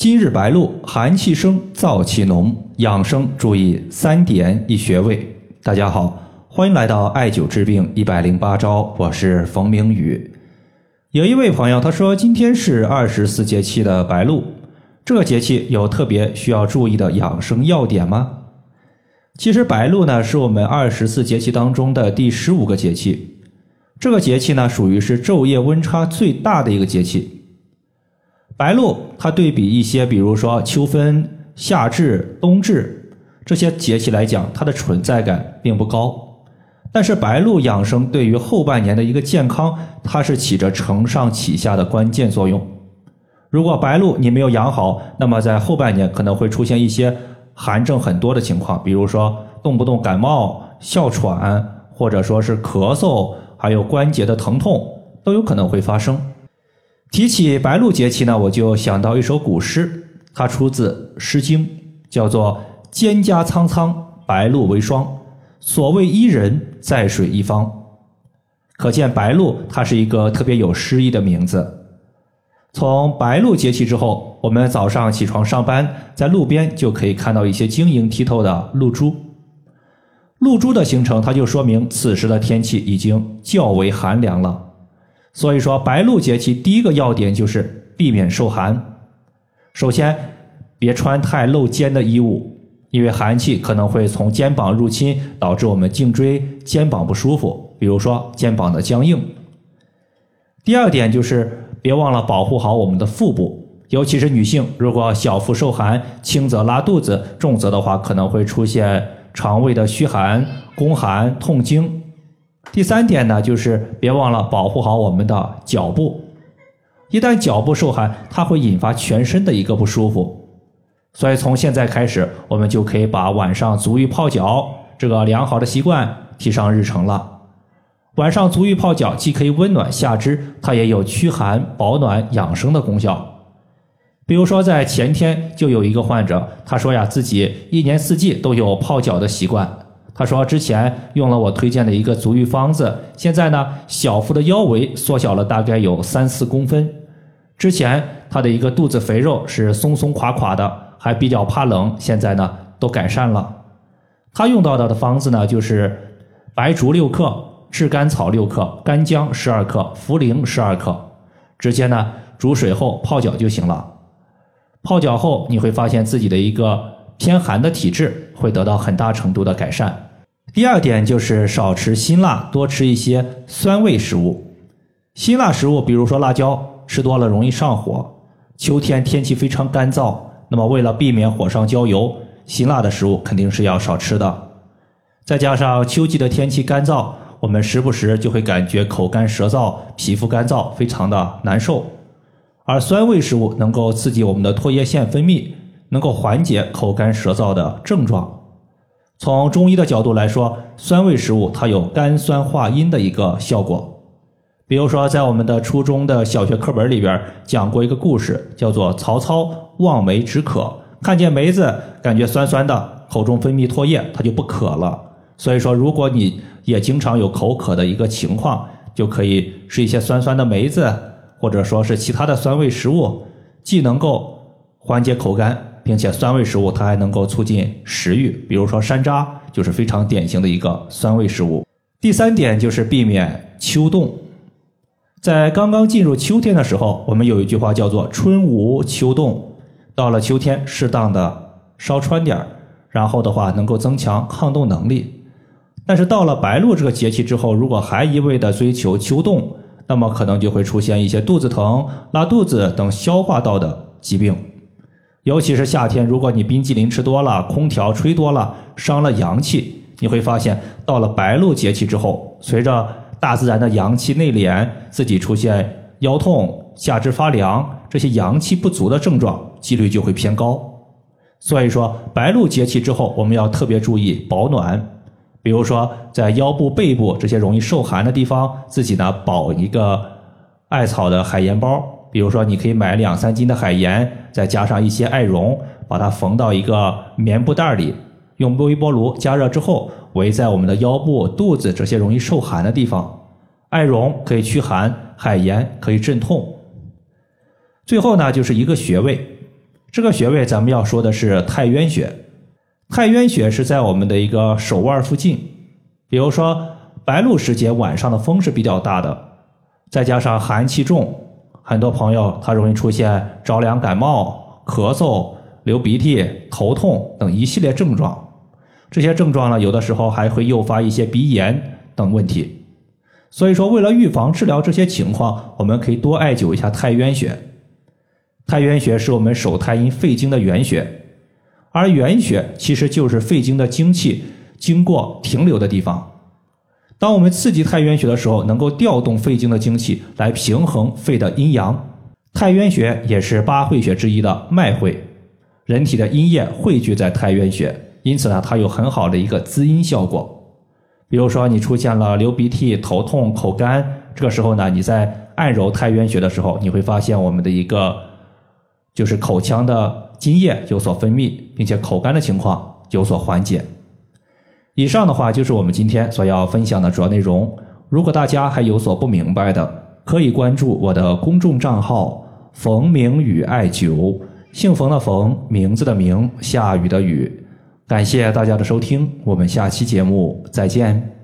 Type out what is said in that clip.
今日白露，寒气生，燥气浓，养生注意3点1穴位。大家好，欢迎来到艾灸治病108招，我是冯明宇。有一位朋友他说，今天是24节气的白露，这个节气有特别需要注意的养生要点吗？其实白露呢是我们24节气当中的第15个节气，这个节气呢属于是昼夜温差最大的一个节气。白露它对比一些比如说秋分、夏至、冬至这些节气来讲，它的存在感并不高，但是白露养生对于后半年的一个健康，它是起着承上启下的关键作用。如果白露你没有养好，那么在后半年可能会出现一些寒症很多的情况，比如说动不动感冒、哮喘，或者说是咳嗽，还有关节的疼痛都有可能会发生。提起白露节气呢，我就想到一首古诗，它出自《诗经》，叫做蒹葭苍苍，白露为霜，所谓伊人，在水一方。可见白露它是一个特别有诗意的名字。从白露节气之后，我们早上起床上班，在路边就可以看到一些晶莹剔透的露珠。露珠的形成，它就说明此时的天气已经较为寒凉了。所以说白露节气第一个要点就是避免受寒。首先别穿太露肩的衣物，因为寒气可能会从肩膀入侵，导致我们颈椎肩膀不舒服，比如说肩膀的僵硬。第二点就是别忘了保护好我们的腹部，尤其是女性，如果小腹受寒，轻则拉肚子，重则的话可能会出现肠胃的虚寒、宫寒、痛经。第三点呢，就是别忘了保护好我们的脚部，一旦脚部受寒，它会引发全身的一个不舒服。所以从现在开始，我们就可以把晚上足浴泡脚这个良好的习惯提上日程了。晚上足浴泡脚既可以温暖下肢，它也有驱寒保暖养生的功效。比如说在前天就有一个患者，他说呀，自己1年4季都有泡脚的习惯。他说之前用了我推荐的一个足浴方子，现在呢小腹的腰围缩小了大概有3-4公分。之前他的一个肚子肥肉是松松垮垮的，还比较怕冷，现在呢都改善了。他用到的方子呢就是白术6克、炙甘草6克、干姜12克、茯苓12克，直接呢煮水后泡脚就行了。泡脚后你会发现自己的一个偏寒的体质会得到很大程度的改善。第二点就是少吃辛辣，多吃一些酸味食物。辛辣食物比如说辣椒，吃多了容易上火。秋天天气非常干燥，那么为了避免火上浇油，辛辣的食物肯定是要少吃的。再加上秋季的天气干燥，我们时不时就会感觉口干舌燥，皮肤干燥，非常的难受。而酸味食物能够刺激我们的唾液腺分泌，能够缓解口干舌燥的症状。从中医的角度来说，酸味食物它有甘酸化阴的一个效果。比如说在我们的初中的小学课本里边讲过一个故事，叫做曹操望梅止渴，看见梅子感觉酸酸的，口中分泌唾液，他就不渴了。所以说如果你也经常有口渴的一个情况，就可以吃一些酸酸的梅子，或者说是其他的酸味食物，既能够缓解口干，并且酸味食物它还能够促进食欲，比如说山楂就是非常典型的一个酸味食物。第三点就是避免秋冻。在刚刚进入秋天的时候，我们有一句话叫做春无秋冻，到了秋天适当的稍穿点，然后的话能够增强抗冻能力。但是到了白露这个节气之后，如果还一味的追求秋冻，那么可能就会出现一些肚子疼、拉肚子等消化道的疾病。尤其是夏天，如果你冰激凌吃多了，空调吹多了，伤了阳气，你会发现到了白露节气之后，随着大自然的阳气内敛，自己出现腰痛、下肢发凉，这些阳气不足的症状几率就会偏高。所以说白露节气之后，我们要特别注意保暖。比如说在腰部、背部这些容易受寒的地方，自己呢保一个艾草的海盐包，比如说你可以买2-3斤的海盐，再加上一些艾绒，把它缝到一个棉布袋里，用微波炉加热之后围在我们的腰部、肚子这些容易受寒的地方。艾绒可以驱寒，海盐可以镇痛。最后呢就是一个穴位， 这个穴位咱们要说的是太渊穴。太渊穴是在我们的一个手腕附近，比如说白露时节晚上的风是比较大的，再加上寒气重，很多朋友他容易出现着凉感冒、咳嗽、流鼻涕、头痛等一系列症状。这些症状呢，有的时候还会诱发一些鼻炎等问题。所以说为了预防治疗这些情况，我们可以多艾灸一下太渊穴。太渊穴是我们手太阴肺经的原穴，而原穴其实就是肺经的精气经过停留的地方。当我们刺激太渊穴的时候，能够调动肺经的精气来平衡肺的阴阳。太渊穴也是八会穴之一的脉会，人体的阴液汇聚在太渊穴，因此呢，它有很好的一个滋阴效果。比如说你出现了流鼻涕、头痛、口干，这个时候呢，你在按揉太渊穴的时候，你会发现我们的一个就是口腔的津液有所分泌，并且口干的情况有所缓解。以上的话就是我们今天所要分享的主要内容。如果大家还有所不明白的，可以关注我的公众账号冯明宇艾灸，姓冯的冯，名字的名，下雨的雨。感谢大家的收听，我们下期节目再见。